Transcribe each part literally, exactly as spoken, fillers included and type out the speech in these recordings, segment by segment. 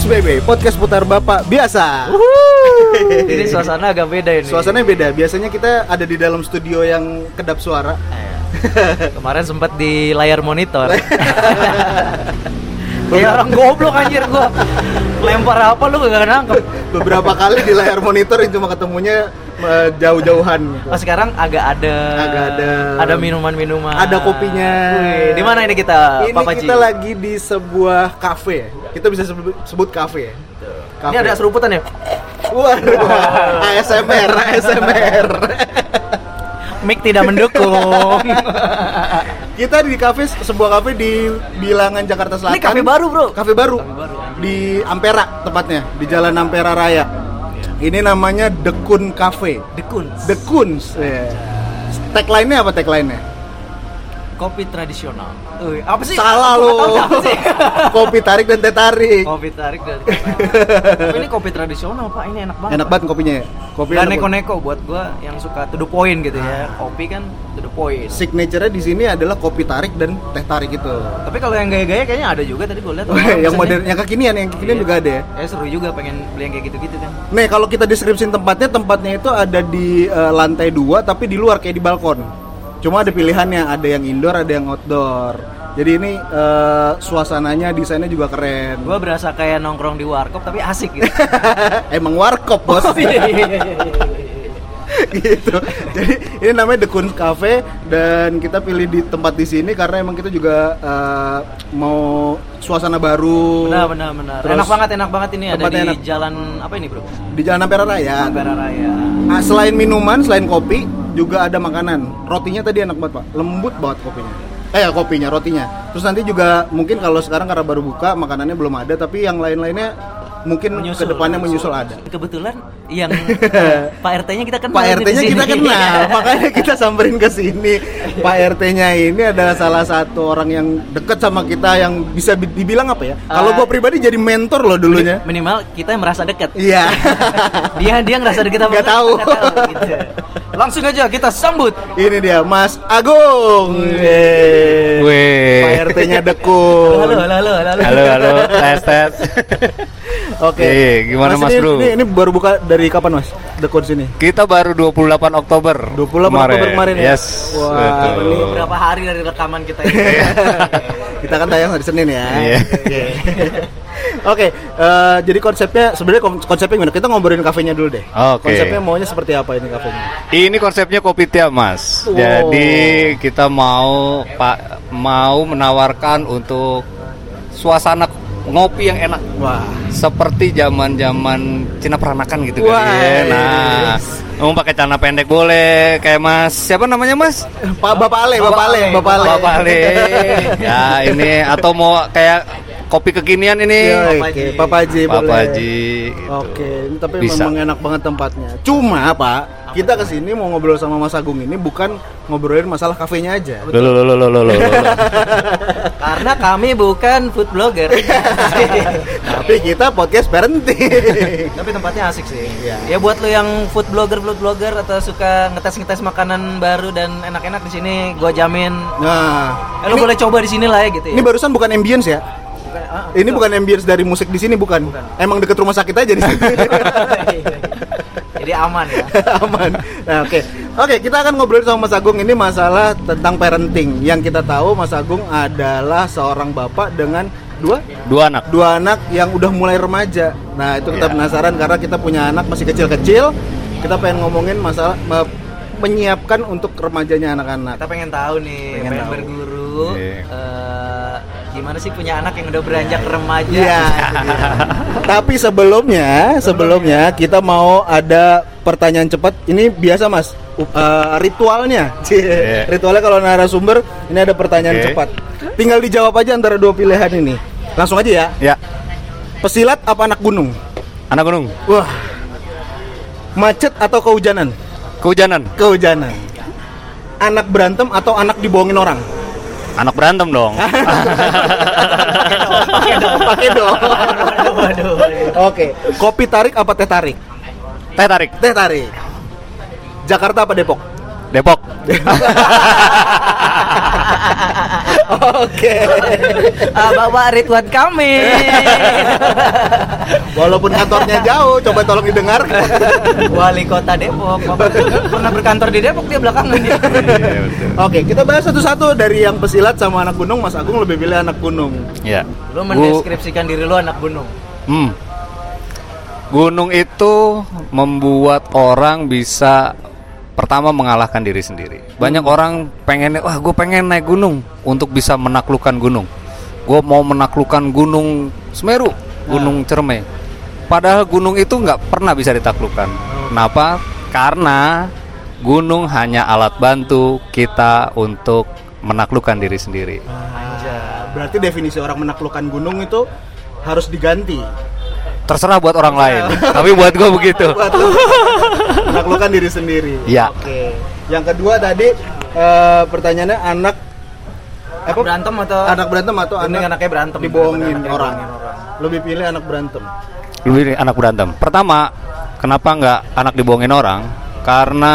S B B, podcast putar bapak biasa. Ini suasana agak beda ini. Suasananya beda. Biasanya kita ada di dalam studio yang kedap suara. Kemarin sempat di layar monitor. Kayak orang goblok anjir gua. Lempar apa lu gak nangkep. Beberapa kali di layar monitor yang cuma ketemunya uh, jauh-jauhan gitu. Oh, sekarang agak ada Agak ada ada minuman-minuman. Ada kopinya. Wih, di mana ini kita, Ini Papa kita Ji? lagi di sebuah kafe. Kita bisa sebut, sebut kafe. Ini ada seruputan ya? Waduh, A S M R, A S M R. Mic tidak mendukung. Kita di kafe, sebuah kafe di Bilangan Jakarta Selatan. Ini kafe baru, Bro. Kafe baru. Kafe baru. Di Ampera tepatnya, di Jalan Ampera Raya. Ini namanya The Kun Cafe. The Kuns. The Kuns. Yeah. Tagline-nya apa tagline-nya? Kopi tradisional. Uy, apa sih? Salah Aku lo. nggak tahu apa sih. Kopi tarik dan teh tarik. Kopi tarik dan Tapi ini kopi tradisional, Pak. Ini enak banget. Enak banget kopinya ya. Kopi Gak enak banget. neko-neko buat gua yang suka to the point gitu ya. Kopi kan to the point. Signature-nya di sini adalah kopi tarik dan teh tarik itu. Tapi kalau yang gaya-gaya kayaknya ada juga tadi gua lihat. Yang modern, yang kekinian, yang kekinian Iya. juga ada ya. Ya seru juga pengen beli yang kayak gitu-gitu kan. Nih kalau kita deskripsiin tempatnya, tempatnya itu ada di uh, lantai dua tapi di luar kayak di balkon. Cuma ada pilihannya, ada yang indoor, ada yang outdoor. Jadi ini uh, suasananya, desainnya juga keren. Gua berasa kayak nongkrong di warkop tapi asik gitu. Emang warkop bos. Oh, iya, iya, iya, iya. Gitu. Jadi ini namanya The Kun Cafe dan kita pilih di tempat di sini karena emang kita juga uh, mau suasana baru. Benar benar benar. Terus, enak banget enak banget ini ada di tempatnya enak. jalan apa ini, Bro? Di Jalan Ampera Raya. Ampera Raya. Nah, selain minuman, selain kopi, juga ada makanan. Rotinya tadi enak banget, Pak. Lembut banget kopinya. Eh, ya, kopinya, rotinya. Terus nanti juga mungkin kalau sekarang karena baru buka, makanannya belum ada, tapi yang lain-lainnya mungkin Menyusul, kedepannya menyusul ada. Kebetulan yang uh, Pak R T-nya kita kenal. Pak R T-nya kita kenal, makanya kita samperin ke sini. Pak R T-nya ini adalah salah satu orang yang dekat sama kita, yang bisa dibilang apa ya? Uh, Kalau gua pribadi jadi mentor loh dulunya. Minimal kita yang merasa dekat. Iya. dia dia ngerasa dekat sama Nggak kita, tahu. nggak tahu gitu. Langsung aja kita sambut. Ini dia Mas Agung. Yeay. Weh. Pak R T-nya Dekun. Halo halo halo halo. Halo, halo, tes tes. Oke. Iya, gimana, Mas, ini, Bro? Ini, ini baru buka dari kapan, Mas? Dekun sini. Kita baru dua puluh delapan Oktober. dua puluh delapan Oktober kemarin ya. Yes. Wah, betul. ini Berapa hari dari rekaman kita ini? Kita kan tayang hari Senin ya. Iya. Oke. Oke, eh, jadi konsepnya sebenarnya kon- konsepnya gimana? Kita ngobrolin kafenya dulu deh. Oke. Konsepnya maunya seperti apa ini kafenya? Ini konsepnya kopi tiap, Mas. Wow. Jadi kita mau Pak mau menawarkan untuk suasana ngopi yang enak. Wah. Seperti zaman-zaman Cina peranakan gitu Wah. kan. Iya, nah, mau pakai celana pendek boleh, kayak Mas siapa namanya, Mas? Pak Bapak Ale, Bapak Ale, Bapak Ale. Bapak Ale. Ya, ini atau mau kayak kopi kekinian ini. Iya, Papa oke, Ji. Papa Ji Papa boleh. Ji, gitu. Oke, ini tapi Bisa. memang enak banget tempatnya. Cuma Pak, kita kesini mau ngobrol sama Mas Agung ini bukan ngobrolin masalah kafenya aja. Loh, loh, loh, loh, loh, loh, loh. Karena kami bukan food blogger. Tapi kita podcast parenting. Tapi tempatnya asik sih. Iya. Ya buat lo yang food blogger, food blogger atau suka ngetes-ngetes makanan baru dan enak-enak di sini, gua jamin. Nah, Eh, lo boleh coba di sini lah ya gitu ya. ini barusan bukan ambience ya? Bukan, ah, Ini betul. bukan ambience dari musik di sini, bukan. Bukan. Emang deket rumah sakit aja di sini. Jadi aman ya. Aman. Nah, oke. Oke, kita akan ngobrol sama Mas Agung ini masalah tentang parenting. Yang kita tahu Mas Agung adalah seorang bapak dengan dua Dua anak. dua anak yang udah mulai remaja. Nah, itu kita Iya. penasaran karena kita punya anak masih kecil-kecil. Kita pengen ngomongin masalah me- menyiapkan untuk remajanya anak-anak. Kita pengen tahu nih, Pengen pengen, tahu. berguru Iya. eh, gimana sih punya anak yang udah beranjak remaja. Iya. Tapi sebelumnya, sebelumnya kita mau ada pertanyaan cepat. Ini biasa, Mas. Uh, ritualnya. Iya. Ritualnya kalau narasumber ini ada pertanyaan Oke. cepat. Tinggal dijawab aja antara dua pilihan ini. Langsung aja ya. Ya, Pesilat apa anak gunung? anak gunung. Wah. Macet atau kehujanan? Kehujanan. Kehujanan. Anak berantem atau anak dibohongin orang? Anak berantem dong. Pakai dong, pakai dong. Oke, kopi tarik apa teh tarik? Teh tarik. Teh tarik. Jakarta apa Depok? Depok. Oke. Ah, Bapak Ridwan Kamil. Walaupun kantornya jauh, coba tolong didengar. Wali Kota Depok. Bapak pernah berkantor di Depok, dia belakangan dia. Iya, betul. Oke, kita bahas satu-satu dari yang pesilat sama anak gunung. Mas Agung lebih pilih anak gunung. Iya. Lu mendeskripsikan diri lu anak gunung. Hmm. Gunung itu membuat orang bisa pertama mengalahkan diri sendiri. Banyak hmm. orang pengen, wah gue pengen naik gunung untuk bisa menaklukkan gunung. Gue mau menaklukkan gunung Semeru, gunung Cermai. Padahal gunung itu nggak pernah bisa ditaklukkan. Kenapa? Karena gunung hanya alat bantu kita untuk menaklukkan diri sendiri. Ah, berarti definisi orang menaklukkan gunung itu harus diganti. Terserah buat orang lain, tapi buat gue begitu. Buat lu, menaklukkan diri sendiri. Iya. Oke. Yang kedua tadi uh, pertanyaannya anak Anak apa? berantem atau Anak berantem atau Mending anak anaknya berantem dibohongin daripada orang. anaknya dibohongin orang. Lebih pilih anak berantem. Lebih anak berantem. Pertama, kenapa nggak anak dibohongin orang? Karena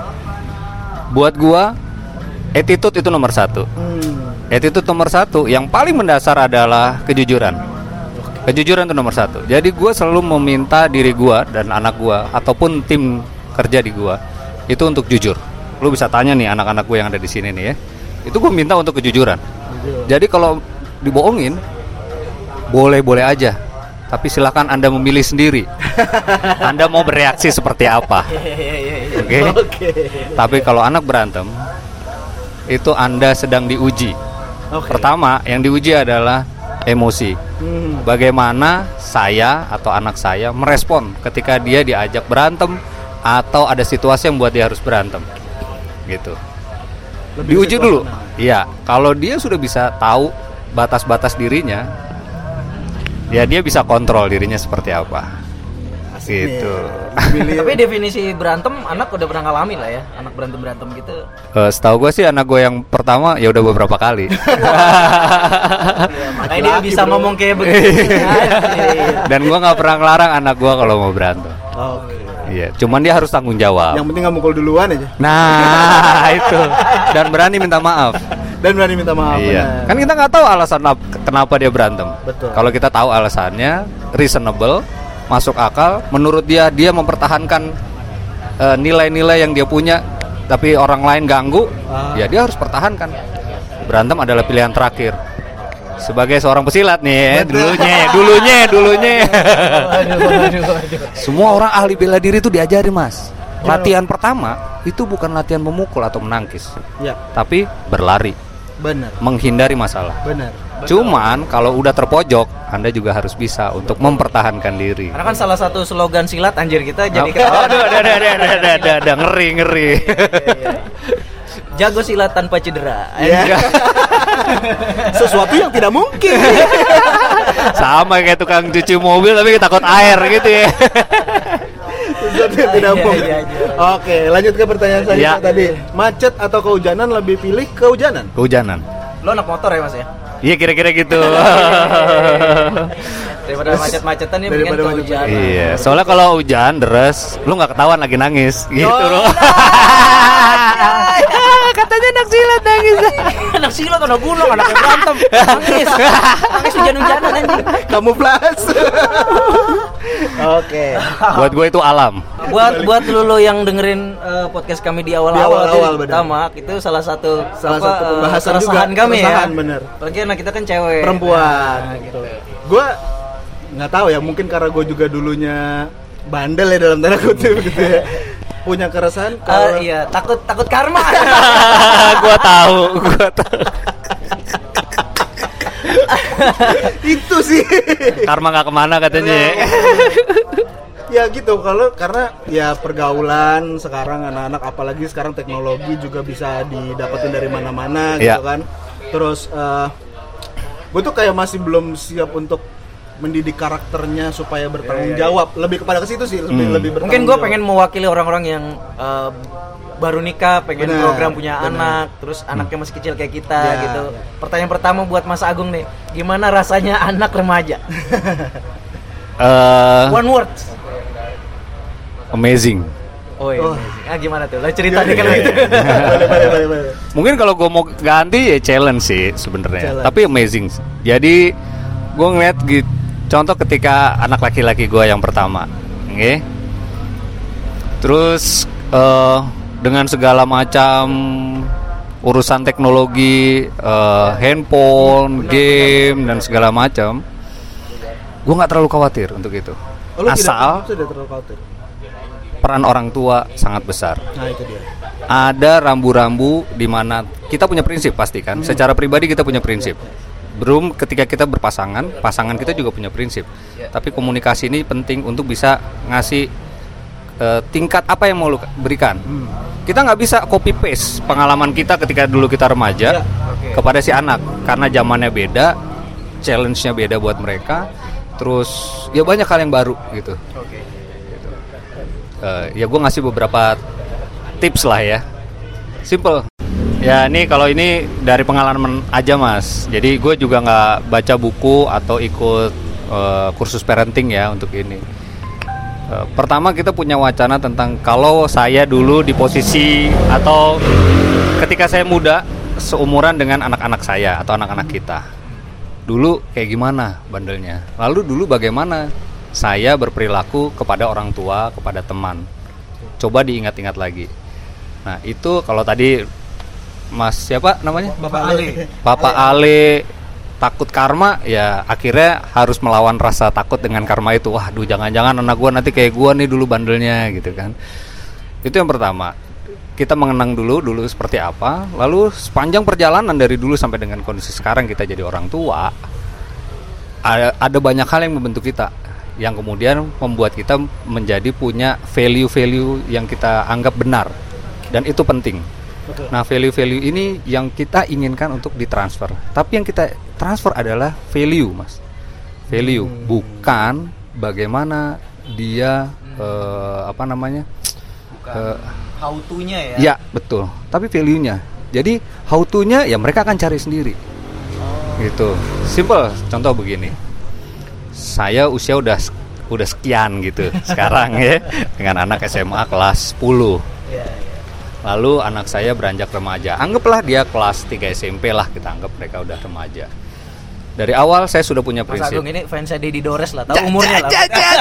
buat gua attitude itu nomor satu. Hmm. Attitude nomor satu yang paling mendasar adalah kejujuran. Kejujuran itu nomor satu. Jadi gue selalu meminta diri gue dan anak gue ataupun tim kerja di gue itu untuk jujur. Lu bisa tanya nih anak-anak gue yang ada di sini nih ya. Itu gue minta untuk kejujuran. Jadi kalau dibohongin boleh-boleh aja. Tapi silakan Anda memilih sendiri. Anda mau bereaksi seperti apa? Oke. Okay? Oke. Tapi kalau anak berantem itu Anda sedang diuji. Okay. Pertama yang diuji adalah emosi. Hmm. Bagaimana saya atau anak saya merespon ketika dia diajak berantem atau ada situasi yang buat dia harus berantem, gitu. Lebih diuji dulu. Iya, kalau dia sudah bisa tahu batas-batas dirinya, ya dia bisa kontrol dirinya seperti apa. Gitu. Tapi definisi berantem anak udah pernah ngalamin lah ya, anak berantem berantem gitu. Uh, setahu gue sih anak gue yang pertama ya udah beberapa kali. Ya, makanya dia bisa bro. Ngomong kayak begitu. Dan gue nggak pernah ngelarang anak gue kalau mau berantem. Oh, okay. Iya, cuman dia harus tanggung jawab. Yang penting nggak mukul duluan aja. Nah, itu. Dan berani minta maaf. Dan berani minta maaf. Iya. Benar. Kan kita nggak tahu alasan kenapa dia berantem. Betul. Kalau kita tahu alasannya, reasonable, masuk akal, menurut dia dia mempertahankan uh, nilai-nilai yang dia punya, tapi orang lain ganggu, ah. ya dia harus pertahankan. Berantem adalah pilihan terakhir. Sebagai seorang pesilat nih, dulunya, dulunya, dulunya. Waduh, waduh, waduh. Semua orang ahli bela diri itu diajari, Mas. Latihan pertama itu bukan latihan memukul atau menangkis, ya. tapi berlari. Benar. Menghindari masalah. Benar. Cuman kalau udah terpojok, Anda juga harus bisa untuk mempertahankan diri. Karena kan salah satu slogan silat anjir kita jadi kan. Oh, aduh, aduh, aduh, aduh, aduh, aduh, aduh, ngeri, ngeri. Jago silat tanpa cedera. Yeah. Sesuatu yang tidak mungkin. Sama kayak tukang cuci mobil tapi takut air gitu ya. Sesuatu yang tidak iya, mungkin. iya, iya. Oke, lanjut ke pertanyaan saya ya. tadi. Macet atau kehujanan, lebih pilih kehujanan? Kehujanan. Lo anak motor ya, Mas ya? Iya, kira-kira gitu. Daripada macet-macetan ya mungkin kehujanan. Iya, soalnya kalau hujan deres, lu nggak ketahuan lagi nangis gitu oh, loh. Katanya anak silat nangis. Anak silat, anak gunung, anak berantem, nangis, nangis hujan-hujanan anjing. Kamu plus. Oke. Buat gue itu alam. Buat buat lu, lu yang dengerin uh, podcast kami di awal-awal pertama, itu salah satu salah apa, satu pembahasan uh, juga. Kami keresahan, ya. Bener. Apalagi anak kita kan cewek. Perempuan. Nah, gitu. Gue nggak tahu ya, mungkin karena gue juga dulunya bandel ya dalam tanda kutip gitu ya. Punya keresahan kalau uh, iya, takut takut karma. Gua tahu, gua tahu. Itu sih. Karma nggak kemana katanya. Ya gitu, kalau karena ya pergaulan sekarang anak-anak, apalagi sekarang teknologi juga bisa didapetin dari mana-mana gitu ya. Kan. Terus uh, gue tuh kayak masih belum siap untuk mendidik karakternya supaya bertanggung jawab. Lebih kepada ke situ sih, lebih hmm. lebih bertanggung Mungkin gue jawab. pengen mewakili orang-orang yang uh, baru nikah, pengen bener, program punya bener. anak, terus hmm. anaknya masih kecil kayak kita ya, gitu. Ya. Pertanyaan pertama buat Mas Agung nih, gimana rasanya anak remaja? uh, One word. Amazing. Oh iya. Oh. Ah gimana tuh? Lo cerita nih kalau gitu. boleh, boleh, boleh, boleh. Mungkin kalau gue mau ganti ya challenge sih sebenarnya, tapi amazing. Jadi gue ngeliat gitu, contoh ketika anak laki-laki gue yang pertama, oke, okay? Terus uh, dengan segala macam urusan teknologi, uh, handphone, game dan segala macam, gue nggak terlalu khawatir untuk itu. Oh, lu asal tidak, tidak terlalu khawatir. Peran orang tua sangat besar. Nah itu dia. Ada rambu-rambu di mana kita punya prinsip pasti kan. Hmm. Secara pribadi kita punya prinsip. Belum ketika kita berpasangan, pasangan kita juga punya prinsip. Yeah. Tapi komunikasi ini penting untuk bisa ngasih uh, tingkat apa yang mau lu berikan. Hmm. Kita nggak bisa copy paste pengalaman kita ketika dulu kita remaja yeah. okay. kepada si anak, karena zamannya beda, challenge-nya beda buat mereka. Terus ya banyak hal yang baru gitu. Okay. gitu. Uh, ya gue ngasih beberapa tips lah ya. Simple. Ya ini kalau ini dari pengalaman aja mas. Jadi gue juga nggak baca buku atau ikut uh, kursus parenting ya untuk ini. Uh, pertama kita punya wacana tentang kalau saya dulu di posisi atau ketika saya muda seumuran dengan anak-anak saya atau anak-anak kita. Dulu kayak gimana bandelnya? Lalu dulu bagaimana saya berperilaku kepada orang tua, kepada teman? Coba diingat-ingat lagi. Nah itu kalau tadi Mas siapa namanya? Bapak Ali. Bapak Ali takut karma, ya akhirnya harus melawan rasa takut dengan karma itu. Wah, duh jangan-jangan anak gua nanti kayak gua nih dulu bandelnya gitu kan. Itu yang pertama. Kita mengenang dulu dulu seperti apa, lalu sepanjang perjalanan dari dulu sampai dengan kondisi sekarang kita jadi orang tua, ada, ada banyak hal yang membentuk kita, yang kemudian membuat kita menjadi punya value-value yang kita anggap benar, dan itu penting. Betul. Nah value-value ini yang kita inginkan untuk ditransfer, tapi yang kita transfer adalah value mas, value hmm. bukan bagaimana dia hmm. uh, apa namanya bukan. Uh, how to-nya ya? Ya betul, tapi value-nya. Jadi how to-nya ya mereka akan cari sendiri. Oh. Gitu. Simple. Contoh begini. Saya usia udah udah sekian gitu sekarang ya dengan anak S M A kelas sepuluh. Ya, ya. Lalu anak saya beranjak remaja. Anggaplah dia kelas tiga S M P lah, kita anggap mereka udah remaja. Dari awal saya sudah punya prinsip. Mas Agung ini fansnya Deddy Dores lah, tahu umurnya lah.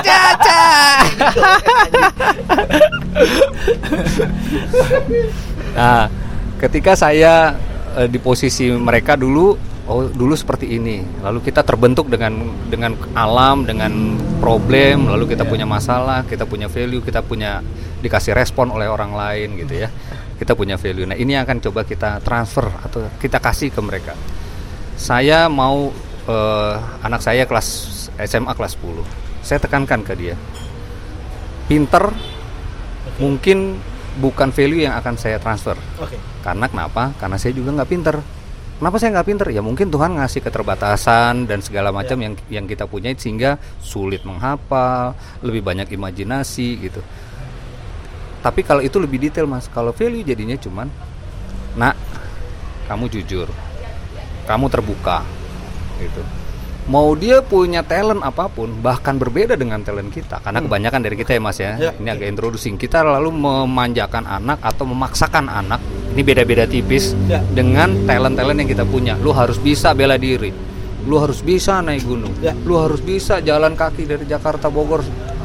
Nah, ketika saya e, di posisi mereka dulu, oh dulu seperti ini. Lalu kita terbentuk dengan dengan alam, dengan problem, lalu kita yeah. punya masalah, kita punya value, kita punya dikasih respon oleh orang lain gitu ya. Kita punya value. Nah, ini akan coba kita transfer atau kita kasih ke mereka. Saya mau uh, anak saya kelas S M A kelas sepuluh. Saya tekankan ke dia. Pinter okay. mungkin bukan value yang akan saya transfer. Okay. Karena kenapa? Karena saya juga nggak pinter. Kenapa saya nggak pinter? Ya mungkin Tuhan ngasih keterbatasan dan segala macam yeah. yang yang kita punya sehingga sulit menghafal, lebih banyak imajinasi gitu. Tapi kalau itu lebih detail mas. Kalau value jadinya cuman, nak, kamu jujur. Kamu terbuka gitu. Mau dia punya talent apapun, bahkan berbeda dengan talent kita, karena hmm. kebanyakan dari kita ya mas ya, ya. Ini agak introducing, kita lalu memanjakan anak atau memaksakan anak, ini beda-beda tipis ya. Dengan talent-talent yang kita punya. Lu harus bisa bela diri, lu harus bisa naik gunung ya. Lu harus bisa jalan kaki dari Jakarta Bogor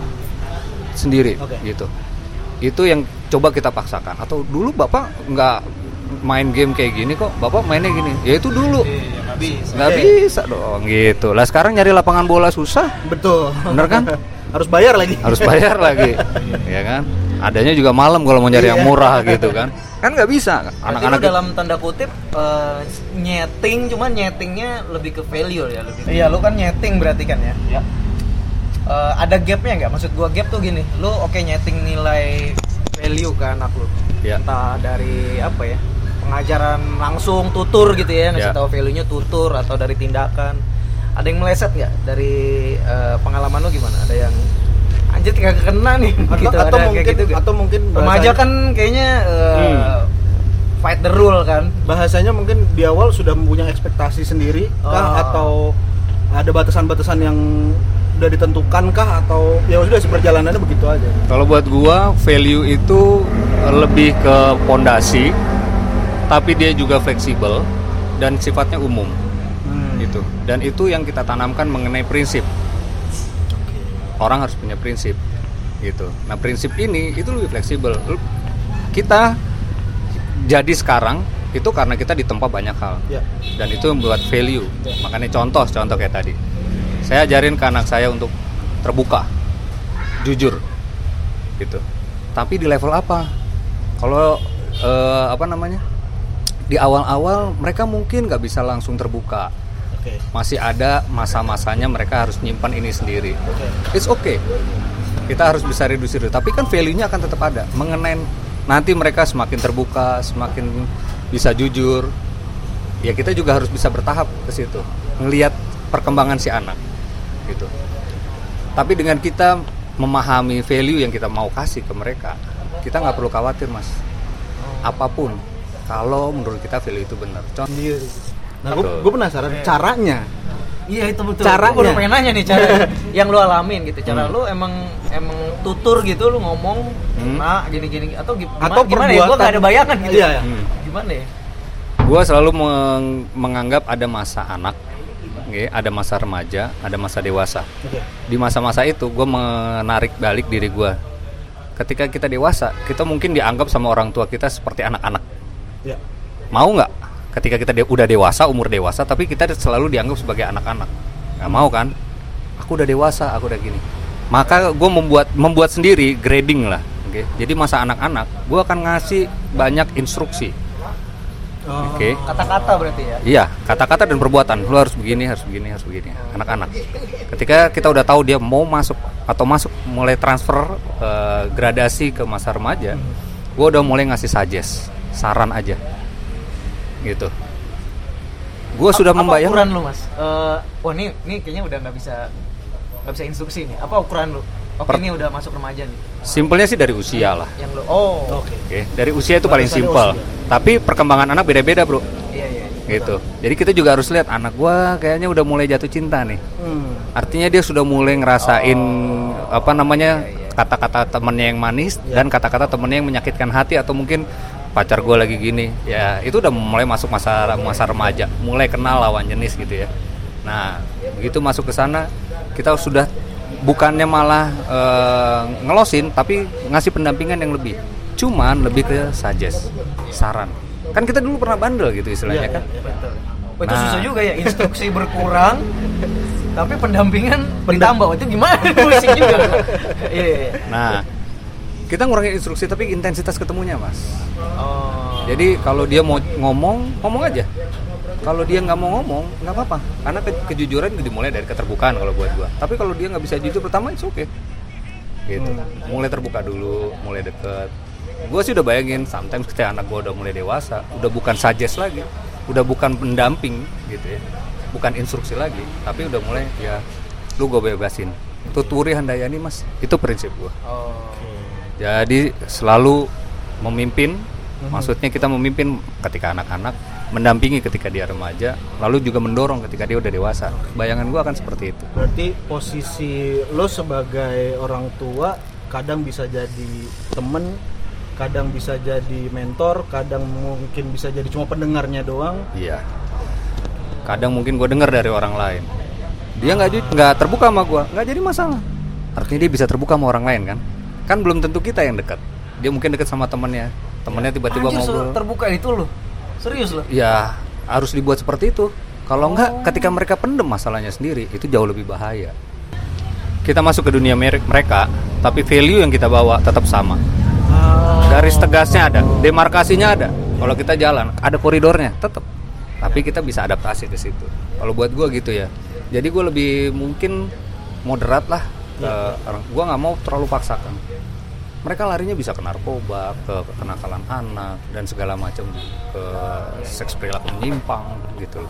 sendiri okay. gitu. Itu yang coba kita paksakan. Atau dulu bapak nggak main game kayak gini kok, bapak mainnya gini. Ya itu dulu nggak bisa, nggak bisa dong gitu. Lah sekarang nyari lapangan bola susah. Betul. Bener kan? Harus bayar lagi. Harus bayar lagi. Ya kan? Adanya juga malam kalau mau nyari yang murah gitu kan. Kan nggak bisa. Anak-anak dalam tanda kutip uh, nyeting, cuman nyetingnya lebih ke value ya lebih. Iya, lu kan nyeting berarti kan ya. Ya. Uh, ada gapnya nggak? Maksud gua gap tuh gini, lu oke okay, nyeting nilai value ke anak lu. Ya. Entah dari apa ya? Pengajaran langsung tutur gitu ya, ngasih yeah. tahu value-nya tutur atau dari tindakan. Ada yang meleset nggak dari uh, pengalaman lo gimana? Ada yang anjir kagak kena nih atau, gitu, atau ada mungkin kayak gitu, atau mungkin remaja kan kayaknya uh, hmm. fight the rule kan. Bahasanya mungkin di awal sudah mempunyai ekspektasi sendiri oh. kah, atau ada batasan-batasan yang udah ditentukan kah atau ya sudah seperjalanannya begitu aja? Kalau buat gua value itu lebih ke pondasi, tapi dia juga fleksibel dan sifatnya umum. Hmm. Gitu. Dan itu yang kita tanamkan mengenai prinsip. Orang harus punya prinsip. Gitu. Nah, prinsip ini itu lebih fleksibel. Kita jadi sekarang itu karena kita ditempa banyak hal. Ya. Dan itu membuat value. Ya. Makanya contoh, contoh kayak tadi. Saya ajarin ke anak saya untuk terbuka, jujur, gitu. Tapi di level apa? Kalau eh, apa namanya? Di awal-awal mereka mungkin nggak bisa langsung terbuka. Okay. Masih ada masa-masanya mereka harus nyimpan ini sendiri. Okay. It's okay. Kita harus bisa reduce dulu. Tapi kan value-nya akan tetap ada. Mengenai nanti mereka semakin terbuka, semakin bisa jujur. Ya kita juga harus bisa bertahap ke situ. Ngelihat perkembangan si anak. Gitu. Tapi dengan kita memahami value yang kita mau kasih ke mereka, kita nggak perlu khawatir, Mas. Apapun, kalau menurut kita value itu benar. Contoh. Nah, gue penasaran yeah. caranya. Iya itu betul. Caranya. Gue pengen nanya nih cara yang lu alamin gitu. Cara hmm. lu emang emang tutur gitu, lu ngomong, hmm. nah gini-gini atau gimana? Atau gimana ya? Gue nggak ada bayangan gitu. Iya, ya. Hmm. Gimana ya? Gue selalu meng- menganggap ada masa anak. Okay, ada masa remaja, ada masa dewasa. Okay. Di masa-masa itu gue menarik balik diri gue. Ketika kita dewasa, kita mungkin dianggap sama orang tua kita seperti anak-anak. Yeah. Mau nggak? Ketika kita de- udah dewasa, umur dewasa, tapi kita selalu dianggap sebagai anak-anak. Nggak mau kan? Aku udah dewasa, aku udah gini. Maka gue membuat membuat sendiri grading lah. Okay? Jadi masa anak-anak, gue akan ngasih banyak instruksi. Oh, Oke. Okay. Kata-kata berarti ya? Iya, kata-kata dan perbuatan. Lu harus begini, harus begini, harus begini. Anak-anak. Ketika kita udah tahu dia mau masuk atau masuk mulai transfer uh, gradasi ke masa remaja, hmm. gue udah mulai ngasih suggest, saran aja, gitu. Gue sudah membayang. Apa ukuran lu, Mas? Uh, wah ini, ini kayaknya udah nggak bisa, nggak bisa instruksi nih. Apa ukuran lu? Oke, per- ini udah masuk remaja nih. Simpelnya sih dari usia lah. Yang lu, oh, oke. Okay. Okay. Dari usia itu paling simpel. Tapi perkembangan anak beda-beda, bro. Iya, iya. Gitu. Jadi kita juga harus lihat anak gua kayaknya udah mulai jatuh cinta nih. Hmm. Artinya dia sudah mulai ngerasain oh. apa namanya iya, iya. kata-kata temennya yang manis yeah. dan kata-kata temennya yang menyakitkan hati atau mungkin pacar gua lagi gini. Ya itu udah mulai masuk masa masa remaja, mulai kenal lawan jenis gitu ya. Nah begitu masuk ke sana kita sudah bukannya malah e, ngelosin tapi ngasih pendampingan yang lebih. Cuman lebih ke suggest, saran. Kan kita dulu pernah bandel gitu istilahnya ya, kan. Ya, betul. Oh, itu nah. susah juga ya, instruksi berkurang tapi pendampingan bertambah. Itu gimana? Pusing juga. Iya. Nah, kita ngurangin instruksi tapi intensitas ketemunya, Mas. Oh. Jadi kalau dia mau ngomong, ngomong aja. Kalau dia nggak mau ngomong, nggak apa-apa. Karena ke- kejujuran dimulai dari keterbukaan kalau buat gua. Tapi kalau dia nggak bisa jujur pertama, itu oke. Okay. Gitu. Hmm. Mulai terbuka dulu, mulai deket. Gue sih udah bayangin, sometimes ketika anak gue udah mulai dewasa, udah bukan suggest lagi, udah bukan pendamping gitu ya, bukan instruksi lagi, tapi udah mulai ya, lu gue bebasin, tuturi handayani mas, itu prinsip gue. Oh. Jadi selalu memimpin, mm-hmm. maksudnya kita memimpin ketika anak-anak, mendampingi ketika dia remaja, lalu juga mendorong ketika dia udah dewasa. Bayangan gue akan seperti itu. Berarti posisi lo sebagai orang tua kadang bisa jadi temen, kadang bisa jadi mentor, kadang mungkin bisa jadi cuma pendengarnya doang. Iya. Kadang mungkin gue dengar dari orang lain. Dia nggak nggak terbuka sama gue, nggak jadi masalah. Artinya dia bisa terbuka sama orang lain kan? Kan belum tentu kita yang dekat. Dia mungkin dekat sama temannya, temannya tiba-tiba Anjir, ngobrol. Terbuka itu loh, serius loh? Ya harus dibuat seperti itu. Kalau oh. nggak, ketika mereka pendem masalahnya sendiri, itu jauh lebih bahaya. Kita masuk ke dunia mereka, tapi value yang kita bawa tetap sama. Garis tegasnya ada, demarkasinya ada. Kalau kita jalan, ada koridornya, tetap. Tapi kita bisa adaptasi ke situ. Kalau buat gue gitu ya. Jadi gue lebih mungkin moderat lah. Ke orang. Gue nggak mau terlalu paksakan. Mereka larinya bisa ke narkoba, ke kenakalan anak dan segala macam, ke seks perilaku menyimpang gitu.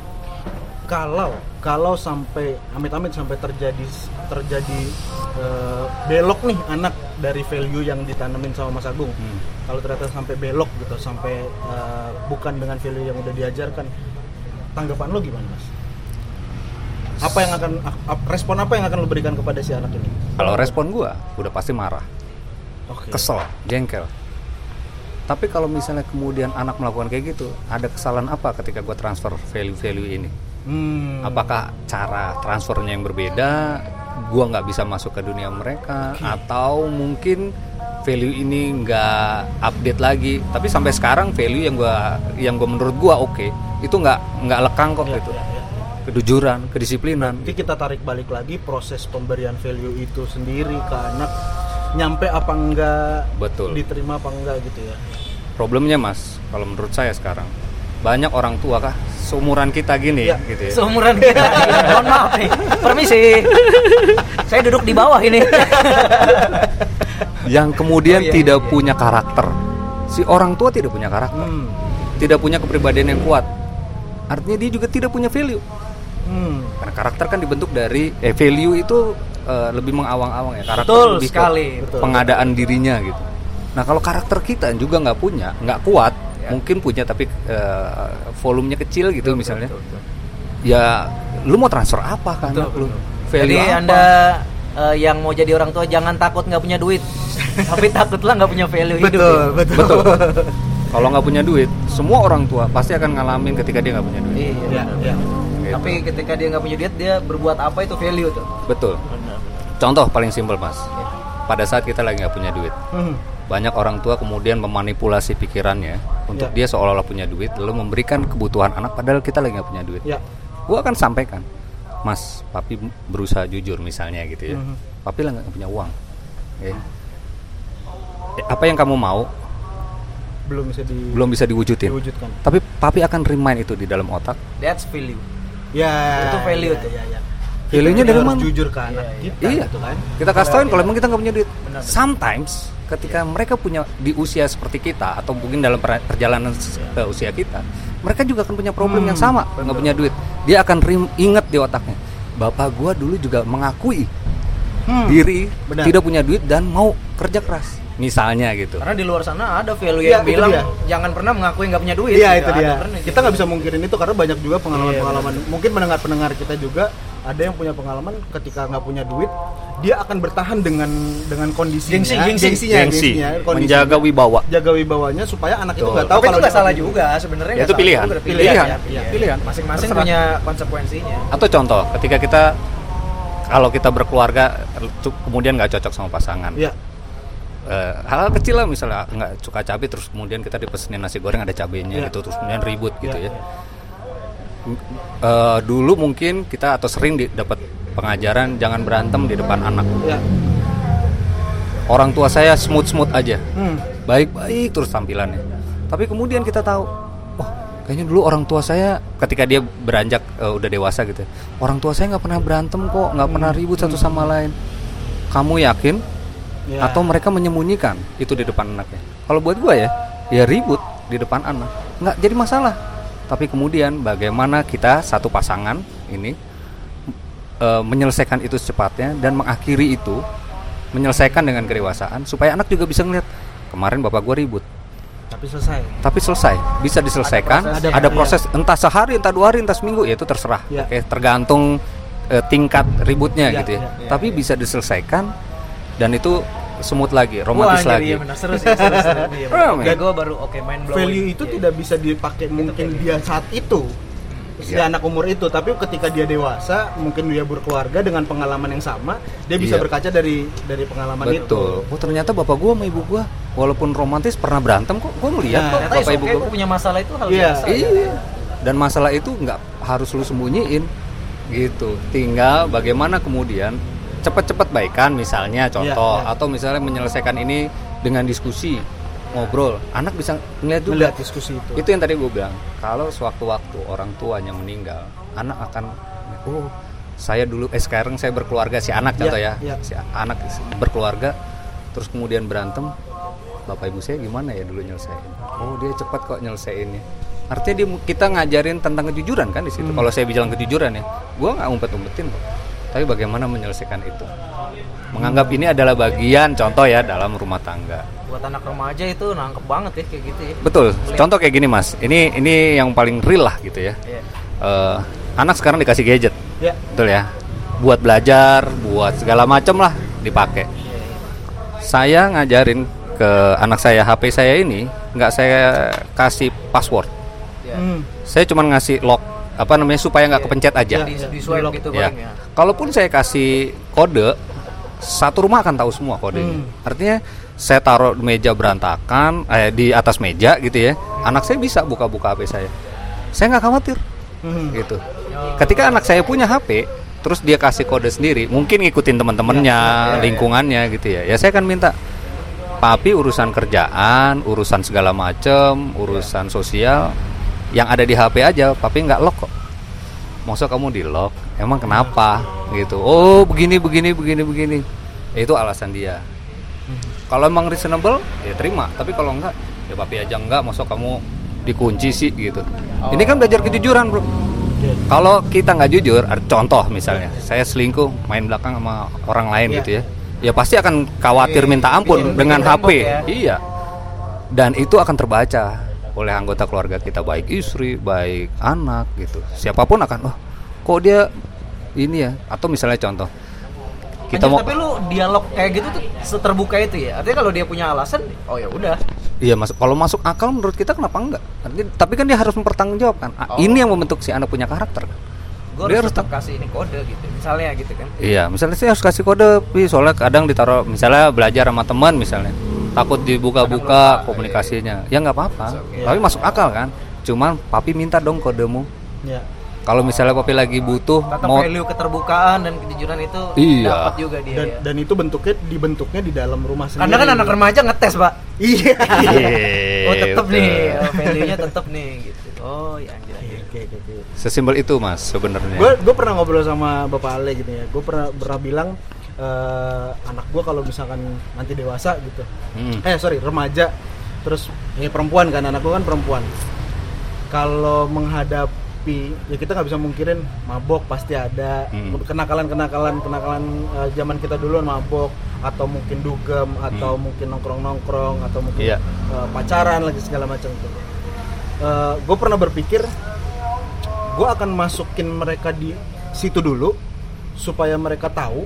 Kalau kalau sampai amit-amit sampai terjadi terjadi uh, belok nih anak dari value yang ditanamin sama Mas Agung, hmm. kalau ternyata sampai belok gitu, sampai uh, bukan dengan value yang udah diajarkan, tanggapan lo gimana Mas? Apa yang akan respon apa yang akan lo berikan kepada si anak ini? Kalau respon gua udah pasti marah, okay. kesel, jengkel. Tapi kalau misalnya kemudian anak melakukan kayak gitu, ada kesalahan apa ketika gua transfer value-value ini? Hmm. Apakah cara transfernya yang berbeda? Gua nggak bisa masuk ke dunia mereka, okay. atau mungkin value ini nggak update lagi. Tapi sampai sekarang value yang gua yang gua menurut gua oke, okay, itu nggak nggak lekang kok ya, gitu. Ya, ya. Kejujuran, kedisiplinan. Jadi kita tarik balik lagi proses pemberian value itu sendiri ke anak, nyampe apa enggak, betul, diterima apa enggak gitu ya. Problemnya Mas, kalau menurut saya sekarang banyak orang tua kah seumuran kita gini ya, gitu ya. Seumuran kita. Mohon maaf nih. Permisi. Saya duduk di bawah ini. Yang kemudian oh, iya, tidak iya. punya karakter. Si orang tua tidak punya karakter. Hmm. Tidak punya kepribadian yang kuat. Artinya dia juga tidak punya value. Hmm. Karena karakter kan dibentuk dari eh, value itu uh, lebih mengawang-awang ya. Karakter betul lebih sekali. Ke pengadaan dirinya gitu. Nah kalau karakter kita juga nggak punya, nggak kuat, ya. Mungkin punya tapi uh, volumenya kecil gitu betul, misalnya. Betul, betul. Ya, lu mau transfer apa kan? Betul, lu value jadi apa? Anda uh, yang mau jadi orang tua jangan takut nggak punya duit, tapi takutlah nggak punya value hidup. Betul, ya. betul. betul. Kalau nggak punya duit, semua orang tua pasti akan ngalamin ketika dia nggak punya duit. Iya, iya. iya. Gitu. Tapi ketika dia nggak punya duit, dia berbuat apa itu value tuh. Betul. Benar. Contoh paling simpel Mas. Ya. Pada saat kita lagi nggak punya duit, hmm. banyak orang tua kemudian memanipulasi pikirannya untuk ya. dia seolah-olah punya duit, lalu memberikan kebutuhan anak padahal kita lagi nggak punya duit. Ya. Gua akan sampaikan, Mas, papi berusaha jujur misalnya gitu ya. Hmm. Papi lah nggak punya uang. Okay. Apa yang kamu mau? belum bisa di belum bisa diwujudin. diwujudkan. Tapi papi akan remind itu di dalam otak. That's value. Ya. Itu value ya, tuh. Ya, ya. Value-nya dari mana? Jujur ke anak ya, kita. Iya. Gitu kan? Kita kasih tauin kalau emang kita nggak punya duit. Benar, benar. Sometimes ketika ya. mereka punya di usia seperti kita atau mungkin dalam perjalanan ke usia kita, mereka juga akan punya problem hmm, yang sama, nggak punya duit. Dia akan rim- ingat di otaknya. Bapak gua dulu juga mengakui hmm, diri benar. tidak punya duit dan mau kerja keras. Misalnya gitu. Karena di luar sana ada value ya, yang bilang dia. jangan pernah mengakui nggak punya duit. Iya gitu. itu dia. Ada, kita nggak bisa mungkirin itu karena banyak juga pengalaman-pengalaman. Iya, mungkin pendengar-pendengar kita juga ada yang punya pengalaman ketika nggak punya duit, dia akan bertahan dengan dengan kondisinya, gengsi, gengsi. gengsinya, gengsi. gengsinya, menjaga wibawa, jaga wibawanya supaya anak Tuh. itu nggak tahu. Tapi kalau itu nggak salah juga sebenarnya. Ya, itu pilihan. Pilihan. Pilihan. Pilihan. Ya, pilihan. pilihan. Masing-masing Terserah. punya konsekuensinya. Atau contoh, ketika kita kalau kita berkeluarga kemudian nggak cocok sama pasangan. Ya. Uh, hal kecil lah misalnya nggak suka cabai terus kemudian kita dipesenin nasi goreng ada cabenya yeah. gitu terus kemudian ribut gitu yeah, ya yeah. Uh, dulu mungkin kita atau sering dapat pengajaran jangan berantem di depan anak yeah. Orang tua saya smooth smooth aja hmm. baik-baik terus tampilannya tapi kemudian kita tahu oh kayaknya dulu orang tua saya ketika dia beranjak uh, udah dewasa gitu orang tua saya nggak pernah berantem kok nggak hmm. pernah ribut satu sama lain. Kamu yakin? Ya. Atau mereka menyembunyikan itu di depan anaknya. Kalau buat gue ya, ya ribut di depan anak nggak jadi masalah. Tapi kemudian bagaimana kita satu pasangan ini e, menyelesaikan itu secepatnya dan mengakhiri itu, menyelesaikan dengan kedewasaan supaya anak juga bisa ngeliat kemarin bapak gue ribut. Tapi selesai. Tapi selesai, bisa diselesaikan. Ada proses, ada proses ya. entah sehari, entah dua hari, entah seminggu, ya itu terserah. Ya. Oke, tergantung e, tingkat ributnya ya, gitu ya. ya, ya Tapi ya. bisa diselesaikan. Dan itu smooth lagi, romantis Wah, lagi. Iya benar, seru sih, seru, seru. Iya, gue baru oke okay, main blowing. Value itu yeah. tidak bisa dipakai mungkin dia saat itu, yeah. anak umur itu, tapi ketika dia dewasa, mungkin dia berkeluarga dengan pengalaman yang sama, dia bisa yeah. berkaca dari dari pengalaman Betul. itu. Betul. Oh ternyata bapak gue sama ibu gue, walaupun romantis pernah berantem kok, gue melihat nah, kok bapak ibu gue punya masalah itu hal yeah. biasa. Iya. Ya. Dan masalah itu nggak harus lu sembunyiin, gitu. Tinggal bagaimana kemudian cepat-cepat baikan misalnya contoh ya, ya. atau misalnya menyelesaikan ini dengan diskusi ngobrol anak bisa ngeliat juga ngeliat diskusi itu itu yang tadi gue bilang kalau sewaktu-waktu orang tuanya meninggal anak akan oh saya dulu eh sekarang saya berkeluarga si anak contoh ya, ya, ya. si anak berkeluarga terus kemudian berantem bapak ibu saya gimana ya dulu nyelesain oh dia cepat kok nyelesainnya artinya dia, kita ngajarin tentang kejujuran kan di situ hmm. kalau saya bilang kejujuran ya gue nggak umpet-umpetin kok tapi bagaimana menyelesaikan itu? Menganggap ini adalah bagian contoh ya dalam rumah tangga. Buat anak remaja itu nangkep banget ya kayak gitu ya. Betul. Melihat. Contoh kayak gini mas. Ini ini yang paling real lah gitu ya. Yeah. Uh, anak sekarang dikasih gadget. Ya. Betul ya. Buat belajar, buat segala macam lah dipakai. Saya ngajarin ke anak saya H P saya ini nggak saya kasih password. Ya. Hmm. Saya cuma ngasih lock apa namanya supaya nggak kepencet aja. Di, di swipe gitu Ya. paling ya. Kalaupun saya kasih kode, satu rumah akan tahu semua kodenya. Hmm. Artinya saya taruh meja berantakan, eh, di atas meja gitu ya. Anak saya bisa buka-buka H P saya. Saya nggak khawatir, Hmm. gitu. Ketika anak saya punya H P, terus dia kasih kode sendiri, mungkin ngikutin teman-temannya, Ya, ya, ya, lingkungannya gitu ya. Ya saya akan minta, papi urusan kerjaan, urusan segala macem, urusan sosial, yang ada di H P aja, papi nggak lock kok. Masa kamu di lock? Emang kenapa? Gitu. Oh begini begini begini begini. Itu alasan dia. Kalau emang reasonable, ya terima. Tapi kalau enggak, ya papi aja enggak. Masa kamu dikunci sih gitu. Oh. Ini kan belajar kejujuran bro. Kalau kita nggak jujur, contoh misalnya, saya selingkuh main belakang sama orang lain Yeah. gitu ya, ya pasti akan khawatir minta ampun Bikin- dengan bikin H P, tembok ya. iya. Dan itu akan terbaca oleh anggota keluarga kita, baik istri, baik anak gitu. Siapapun akan, oh, kok dia ini ya? Atau misalnya contoh, kita Anjir, mau, tapi lu dialog kayak gitu tuh seterbuka itu ya. Artinya kalau dia punya alasan, oh ya udah. iya masuk. Kalau masuk akal menurut kita kenapa enggak? Artinya, tapi kan dia harus mempertanggungjawabkan. Ah, Oh. Ini yang membentuk si anak punya karakter. Gue Dia harus harus tetap kasih ini kode gitu. Misalnya gitu kan. Iya, misalnya saya harus kasih kode, Pi, soalnya kadang ditaruh, misalnya belajar sama teman misalnya, takut dibuka-buka komunikasinya, ya nggak apa-apa, Okay. tapi masuk akal kan. Cuman papi minta dong kodemu. Ya. Kalau misalnya papi lagi butuh, Tetap mau, value keterbukaan dan kejujuran itu Iya. dapat juga dia. Dan ya. dan itu bentuknya dibentuknya di dalam rumah sendiri. Karena kan anak remaja ngetes, Pak. Iya. Oh, tetap Betul. nih, oh, value-nya tetap nih gitu. Oh, ya anjir. anjir. Oke, oke, oke. Sesimpel itu mas sebenarnya. Gue gue pernah ngobrol sama Bapak Ale gitu ya. Gue pernah pernah bilang eh, anak gue kalau misalkan nanti dewasa gitu. Hmm. Eh sorry remaja. Terus ini perempuan kan, anak gue kan perempuan. Kalau menghadapi ya kita nggak bisa mungkirin mabok pasti ada. Hmm. Kenakalan kenakalan kenakalan eh, zaman kita dulu mabok atau mungkin dugem atau Hmm. mungkin nongkrong nongkrong atau mungkin Iya. eh, pacaran lagi segala macam itu. Gue pernah berpikir gue akan masukin mereka di situ dulu supaya mereka tahu,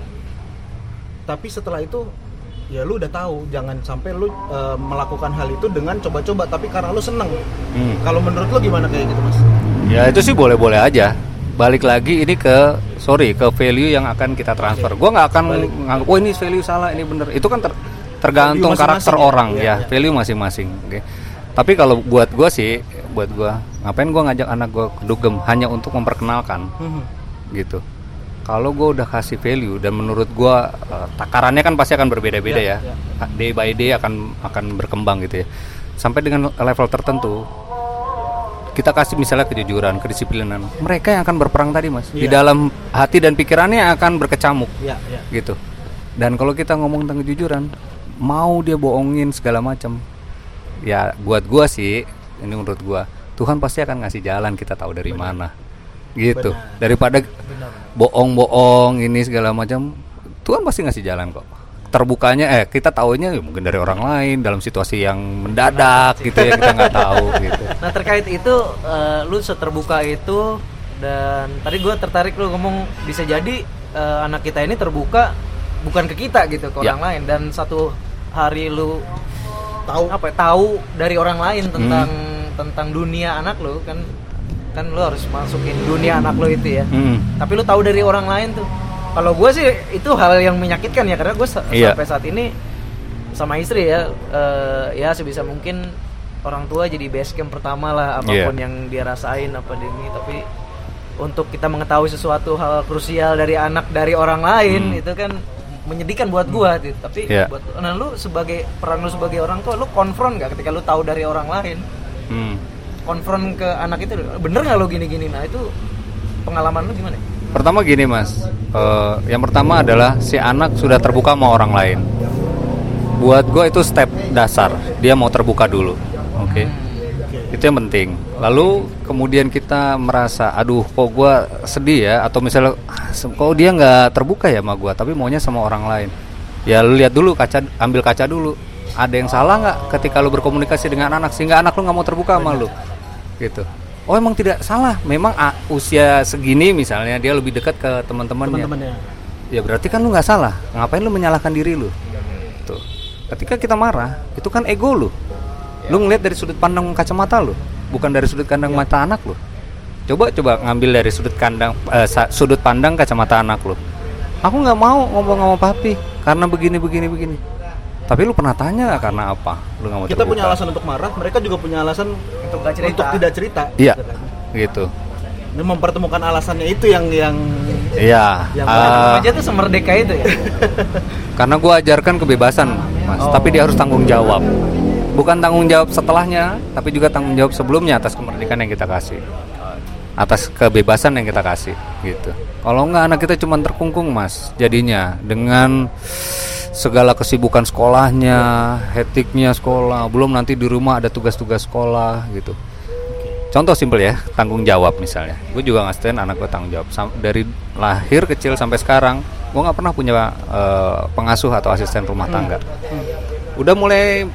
tapi setelah itu ya lu udah tahu, jangan sampai lu uh, melakukan hal itu dengan coba-coba tapi karena lu seneng. Hmm. Kalau menurut lu gimana kayak gitu mas? Ya itu sih boleh-boleh aja. Balik lagi ini ke sorry ke value yang akan kita transfer. Gua nggak akan Balik. nganggap, oh ini value salah, ini bener. Itu kan ter- tergantung Value karakter masing-masing ya? orang Iya, ya, iya. value masing-masing. Oke. Tapi kalau buat gua sih, buat gua ngapain gua ngajak anak gua ke dugem hanya untuk memperkenalkan gitu. Kalau gua udah kasih value dan menurut gua uh, takarannya kan pasti akan berbeda-beda Iya, ya. iya. Day by day akan akan berkembang gitu ya. Sampai dengan level tertentu kita kasih misalnya kejujuran, kedisiplinan. Mereka yang akan berperang tadi mas. Di Iya. dalam hati dan pikirannya akan berkecamuk Ya, ya. gitu. Dan kalau kita ngomong tentang kejujuran, mau dia bohongin segala macam, ya buat gua sih, ini menurut gua, Tuhan pasti akan ngasih jalan, kita tahu dari Benar. mana, gitu. Benar. Daripada Benar. bohong-bohong ini segala macam, Tuhan pasti ngasih jalan kok. Terbukanya, eh kita taunya ya mungkin dari orang lain dalam situasi yang mendadak gitu ya, kita nggak tahu gitu. Nah terkait itu eh, lu seterbuka itu dan tadi gue tertarik lu ngomong bisa jadi eh, anak kita ini terbuka bukan ke kita gitu ke Ya. orang lain dan satu hari lu Tahu apa ya, tahu dari orang lain tentang tentang dunia anak lu kan kan lu harus masukin dunia anak lu itu ya. Hmm. Tapi lu tahu dari orang lain tuh. Kalau gue sih itu hal yang menyakitkan ya karena gue sa- Iya. sampai saat ini sama istri ya eh, ya sebisa mungkin orang tua jadi base camp pertama lah apapun Iya. yang dia rasain apa ini tapi untuk kita mengetahui sesuatu hal krusial dari anak dari orang lain Hmm. itu kan menyedihkan buat gua gitu. Tapi Iya. buat nah lu sebagai peran lu sebagai orang tua lu konfront nggak ketika lu tahu dari orang lain Hmm. konfront ke anak itu bener nggak lu gini-gini nah itu pengalaman lu gimana? Pertama gini mas, eh, yang pertama adalah si anak sudah terbuka sama orang lain. Buat gue itu step dasar, dia mau terbuka dulu, oke? Itu yang penting. Lalu kemudian kita merasa, aduh kok gue sedih ya, atau misalnya "Ah, kok dia nggak terbuka ya sama gue, tapi maunya sama orang lain. Ya lu lihat dulu kaca, ambil kaca dulu. Ada yang salah nggak ketika lu berkomunikasi dengan anak sehingga anak lu nggak mau terbuka sama lu, gitu. oh emang tidak salah, memang ah, usia segini misalnya dia lebih dekat ke teman-temannya. Teman-temannya. Ya berarti kan lu nggak salah, ngapain lu menyalahkan diri lu? Tuh. Ketika kita marah, itu kan ego lu. Lu ngeliat dari sudut pandang kacamata lu, bukan dari sudut pandang ya. mata anak lu. Coba coba ngambil dari sudut pandang uh, sudut pandang kacamata anak lu. Aku nggak mau ngomong sama papi karena begini begini begini. Tapi lu pernah tanya gak karena apa? Lu gak mau Kita terbuka. punya alasan untuk marah, mereka juga punya alasan untuk, gak cerita. untuk tidak cerita. Iya, gitu. Ini mempertemukan alasannya itu yang yang. Iya. Yang uh, aja tuh semerdeka itu ya. Karena gua ajarkan kebebasan, Mas. Oh. Tapi dia harus tanggung jawab. Bukan tanggung jawab setelahnya, tapi juga tanggung jawab sebelumnya atas kemerdekaan yang kita kasih, atas kebebasan yang kita kasih, gitu. Kalau enggak anak kita cuma terkungkung, Mas. Jadinya dengan segala kesibukan sekolahnya, etiknya sekolah, belum nanti di rumah ada tugas-tugas sekolah gitu. Contoh simpel ya, tanggung jawab misalnya. Gue juga ngasih anak gue tanggung jawab. Sam- dari lahir kecil sampai sekarang, gue nggak pernah punya uh, pengasuh atau asisten rumah tangga. Udah mulai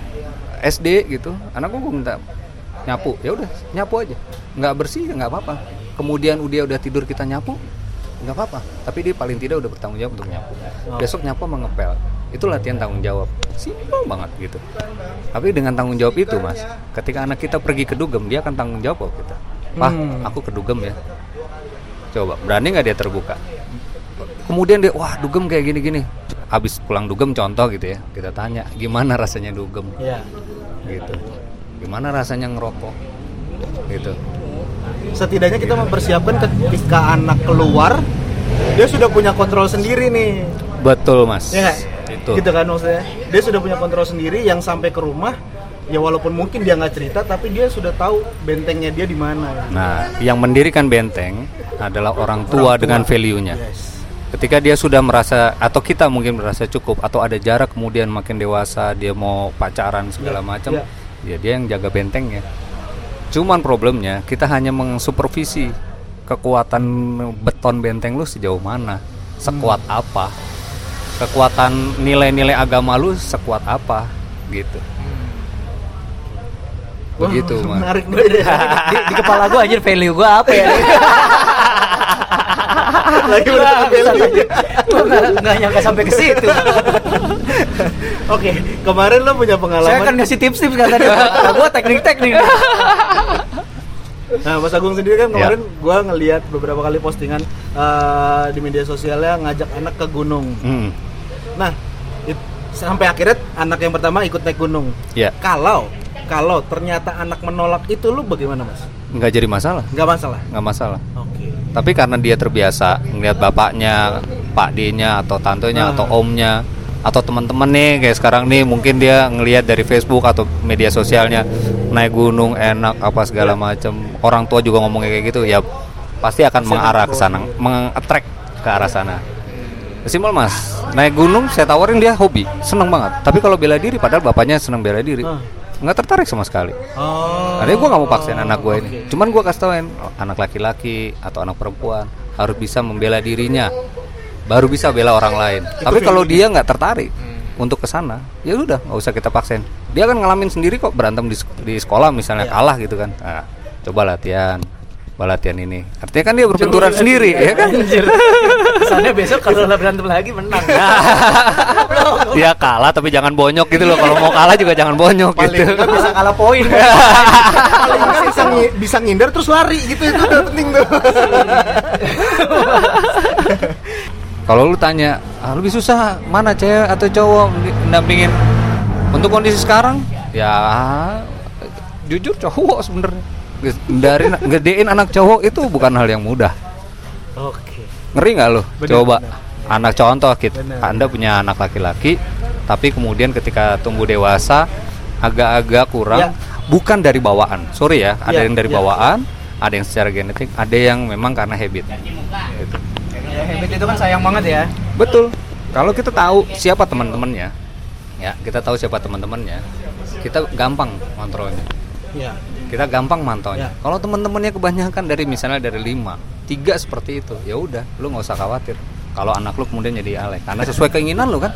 S D gitu, anak gue gue minta nyapu, ya udah nyapu aja. Nggak bersih nggak apa-apa. Kemudian dia udah tidur kita nyapu, nggak apa-apa. Tapi dia paling tidak udah bertanggung jawab untuk nyapu. Besok nyapu mengepel. Itu latihan tanggung jawab, simpel banget gitu. Tapi dengan tanggung jawab itu, Mas, ketika anak kita pergi ke dugem, dia akan tanggung jawab kita. Pak, hmm. aku ke dugem ya. Coba, berani nggak dia terbuka? Kemudian dia, wah dugem kayak gini-gini. Habis pulang dugem contoh gitu ya, kita tanya, gimana rasanya dugem? Ya. Gitu. Gimana rasanya ngerokok? Gitu. Setidaknya kita mempersiapkan ketika anak keluar, dia sudah punya kontrol sendiri nih. Betul, Mas. Ya gak? Itu. Gitu kan maksudnya. Dia sudah punya kontrol sendiri yang sampai ke rumah, ya walaupun mungkin dia nggak cerita, tapi dia sudah tahu bentengnya dia di mana. Nah, yang mendirikan benteng adalah orang tua, orang tua. dengan value-nya. Yes. Ketika dia sudah merasa, atau kita mungkin merasa cukup, atau ada jarak kemudian makin dewasa, dia mau pacaran segala ya, macam, ya. ya dia yang jaga bentengnya. Cuman problemnya kita hanya mengsupervisi kekuatan beton benteng lu sejauh mana, sekuat hmm. apa. Kekuatan nilai-nilai agama lu sekuat apa gitu. Begitu, Mas. Menarik banget. di, di kepala gua aja value gua apa ya? Lagi udah value. Enggak nyangka sampai ke situ. Oke, kemarin lo punya pengalaman. Saya kan ngasih tips-tips kan tadi. Gua teknik-teknik. Nah, Mas Agung sendiri kan kemarin ya. gua ngelihat beberapa kali postingan uh, di media sosialnya ngajak anak ke gunung. Hmm. Nah, it, sampai akhirnya anak yang pertama ikut naik gunung. Ya. Kalau kalau ternyata anak menolak itu, lu bagaimana, Mas? Nggak jadi masalah. Nggak masalah. Nggak masalah. Oke. Okay. Tapi karena dia terbiasa ngeliat bapaknya, Pak D-nya atau tantenya ah. atau omnya atau teman-teman nih kayak sekarang nih, mungkin dia ngelihat dari Facebook atau media sosialnya naik gunung enak apa segala macam. Orang tua juga ngomongnya kayak gitu, ya pasti akan Bisa mengarah ke sana, meng-attract ke arah sana. Simpel, Mas, naik gunung saya tawarin dia hobi, seneng banget. Tapi kalau bela diri, padahal bapaknya seneng bela diri, ah. nggak tertarik sama sekali. Oh. Nah, gue nggak mau paksain anak gue ini. Okay. Cuman gue kasih tauin, anak laki-laki atau anak perempuan harus bisa membela dirinya, baru bisa bela orang lain. Itu Tapi kalau dia nggak tertarik hmm. untuk kesana, ya udah nggak usah kita paksain. Dia kan ngalamin sendiri kok, berantem di, di sekolah misalnya ya. kalah gitu kan. Nah, coba latihan. Latihan ini artinya kan dia berbenturan sendiri ya kan. Kesannya besok kalau berantem lagi menang. Dia kalah tapi jangan bonyok gitu loh. Kalau mau kalah juga jangan bonyok. Paling gitu. Paling bisa kalah poin. Paling bisa, bisa ngindar terus lari gitu, itu udah penting tuh. Kalau lu tanya, ah, lebih susah mana cewek atau cowok ndampingin untuk kondisi sekarang? Ya jujur cowok sebenarnya. Dari gedein anak cowok itu bukan hal yang mudah. Oke. Ngeri nggak lo? Coba bener. Anak contoh kita, bener. Anda punya anak laki-laki, tapi kemudian ketika tumbuh dewasa agak-agak kurang, ya. bukan dari bawaan. Sorry ya, ada ya, yang dari ya. bawaan, ada yang secara genetik, ada yang memang karena habit. Gitu. Ya, habit itu kan sayang banget ya. Betul. Kalau kita tahu siapa teman-temannya, ya kita tahu siapa teman-temannya, kita gampang kontrolnya. Ya. Kita gampang mantaunya. Ya. Kalau teman-temannya kebanyakan dari misalnya dari lima, tiga seperti itu, ya udah, lu nggak usah khawatir. Kalau anak lu kemudian jadi alay, karena sesuai keinginan lu kan.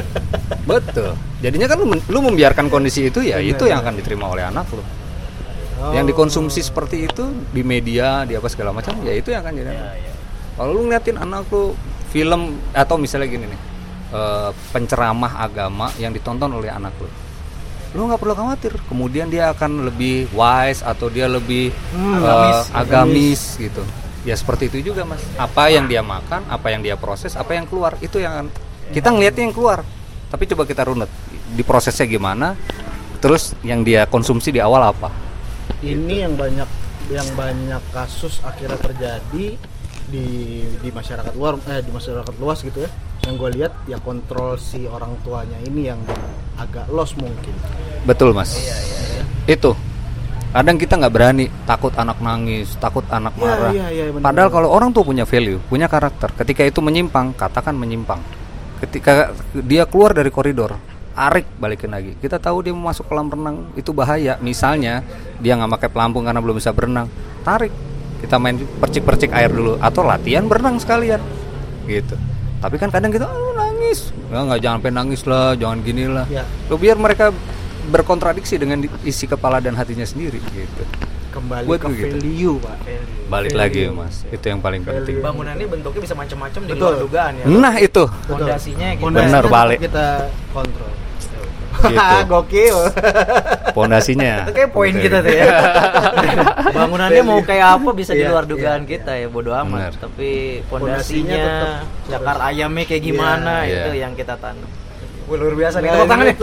Betul. Jadinya kan lu, lu membiarkan kondisi itu, ya benar, itu yang akan diterima oleh anak lu. Oh. Yang dikonsumsi seperti itu di media, di apa segala macam, ya itu yang akan jadi. Ya, ya. Kalau lu ngeliatin anak lu film atau misalnya gini nih, uh, penceramah agama yang ditonton oleh anak lu, lu nggak perlu khawatir. Kemudian dia akan lebih wise atau dia lebih hmm, uh, agamis, agamis gitu. Ya seperti itu juga mas. Apa yang dia makan, apa yang dia proses, apa yang keluar, itu yang kita ngeliatnya yang keluar. Tapi coba kita runut, di prosesnya gimana, terus yang dia konsumsi di awal apa. Ini yang banyak yang banyak kasus akhirnya terjadi di di masyarakat luar eh di masyarakat luas gitu ya. Yang gue lihat ya kontrol si orang tuanya ini yang agak lost mungkin. Betul mas. Iya, iya, iya. Itu kadang kita nggak berani, takut anak nangis, takut anak marah. Ya, ya, ya, padahal kalau orang tuh punya value, punya karakter, ketika itu menyimpang, katakan menyimpang. Ketika dia keluar dari koridor, tarik balikin lagi. Kita tahu dia mau masuk kolam renang itu bahaya. Misalnya dia nggak pakai pelampung karena belum bisa berenang, tarik. Kita main percik-percik air dulu atau latihan berenang sekalian, gitu. Tapi kan kadang kita oh, nangis, ya nggak jangan sampai nangis lah, jangan gini lah. Ya. Lo biar mereka berkontradiksi dengan isi kepala dan hatinya sendiri, gitu. Kembali buat ke gitu. Value pak. Value. Balik value. Lagi mas, itu yang paling value. Penting. Bangunan ini bentuknya bisa macam-macam di luar dugaan ya. Nah itu. Fondasinya gitu. Benar balik. Kita kontrol. Gitu. Gokil. Pondasinya. Itu kayak poin kita tuh ya. Bangunannya mau kayak apa bisa di luar dugaan iya, kita ya, bodo amat. Bener. Tapi pondasinya, cakar ayamnya kayak gimana iya, itu iya. yang kita tanam. Wah, luar biasa nih. Tepuk tangan nih.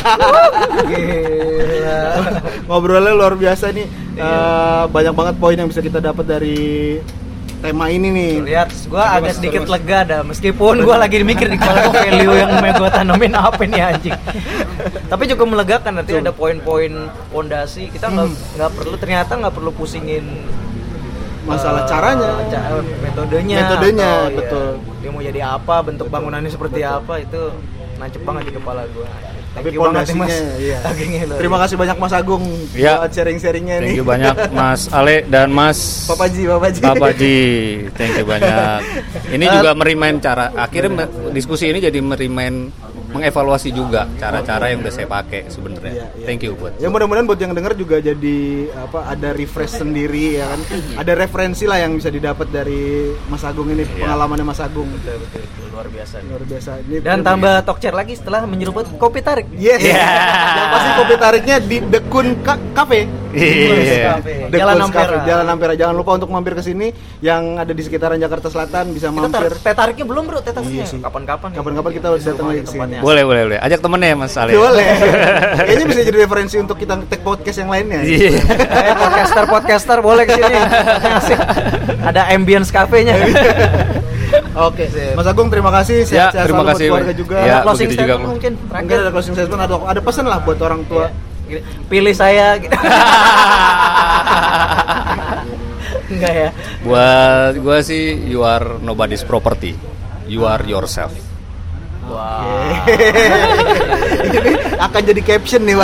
Gila. Ngobrolnya luar biasa nih. Uh, banyak banget poin yang bisa kita dapat dari tema ini nih. Lihat, gue agak sedikit terus. lega dah. Meskipun gue lagi mikir di kepala gue value yang mau gue tanamin apa nih anjing. Tapi cukup melegakan. Nanti ada poin-poin fondasi. Kita nggak hmm. nggak perlu ternyata nggak perlu pusingin masalah uh, caranya, ca- metodenya. Metodenya, atau, betul. Ya, dia mau jadi apa, bentuk betul. bangunannya seperti betul. apa itu nancep banget di kepala gue. Tapi pondasinya iya. Terima kasih banyak Mas Agung ya. buat sharing-sharingnya nih. Thank you banyak Mas Ale dan Mas Papaji, Papaji. Papaji. Thank you banyak. Ini juga merimain cara. Akhirnya diskusi ini jadi merimain mengevaluasi juga cara-cara yang udah saya pakai sebenarnya. Ya, ya. Thank you buat. Ya mudah-mudahan buat yang denger juga jadi apa ada refresh sendiri ya kan. Ada referensi lah yang bisa didapat dari Mas Agung ini, ya. pengalamannya Mas Agung. Betul betul, betul. Luar biasa. Luar biasa. Ini dan tambah talk chair lagi setelah menyeruput kopi tarik. Yes. Yeah. Yang pasti kopi tariknya di Dekun Ka- Cafe. Iya. Yeah. Jalan Ampera. Jalan Ampera. Jangan lupa untuk mampir ke sini yang ada di sekitaran Jakarta Selatan bisa mampir. Teh tariknya belum bro, teh tariknya. Iya Kapan-kapan. Kapan-kapan kita harus datang lagi ke sini. Boleh, boleh, boleh. Ajak temennya ya Mas Ale. Boleh. Kayaknya bisa jadi referensi untuk kita take podcast yang lainnya. Iya. Yeah. podcaster-podcaster boleh ke sini. Ada ambience cafe-nya. Oke, okay. Mas Agung terima kasih. Sehat-sehat ya, terima selalu kasih buat keluarga juga. Ya, closing statement juga, mungkin. Mungkin ada closing statement atau ada pesan lah buat orang tua. Ya. Pilih saya. Enggak ya. Buat gua sih you are nobody's property. You are yourself. Wow. Ini akan jadi caption nih, Pak.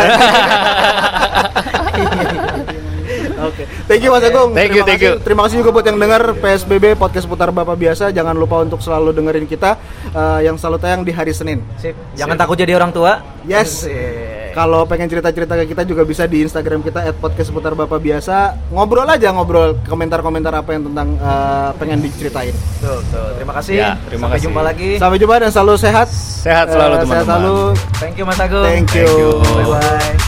Oke, okay. Thank you Mas Agung. Thank you, terima thank kasih. you. Terima kasih juga buat yang dengar P S B B Podcast Putar Bapak Biasa. Jangan lupa untuk selalu dengerin kita uh, yang selalu tayang di hari Senin. Sip. Jangan Sip. takut jadi orang tua. Yes. Kalau pengen cerita-cerita ke kita juga bisa di Instagram kita et podcast putar bapak biasa. Ngobrol aja, ngobrol komentar-komentar apa yang tentang uh, pengen diceritain. Tuh, tuh. Terima kasih. Ya, terima Sampai kasih. jumpa lagi. Sampai jumpa dan selalu sehat. Sehat selalu uh, teman-teman. Sehat selalu. Thank you Mas Agung. Thank you. Thank you. Bye bye.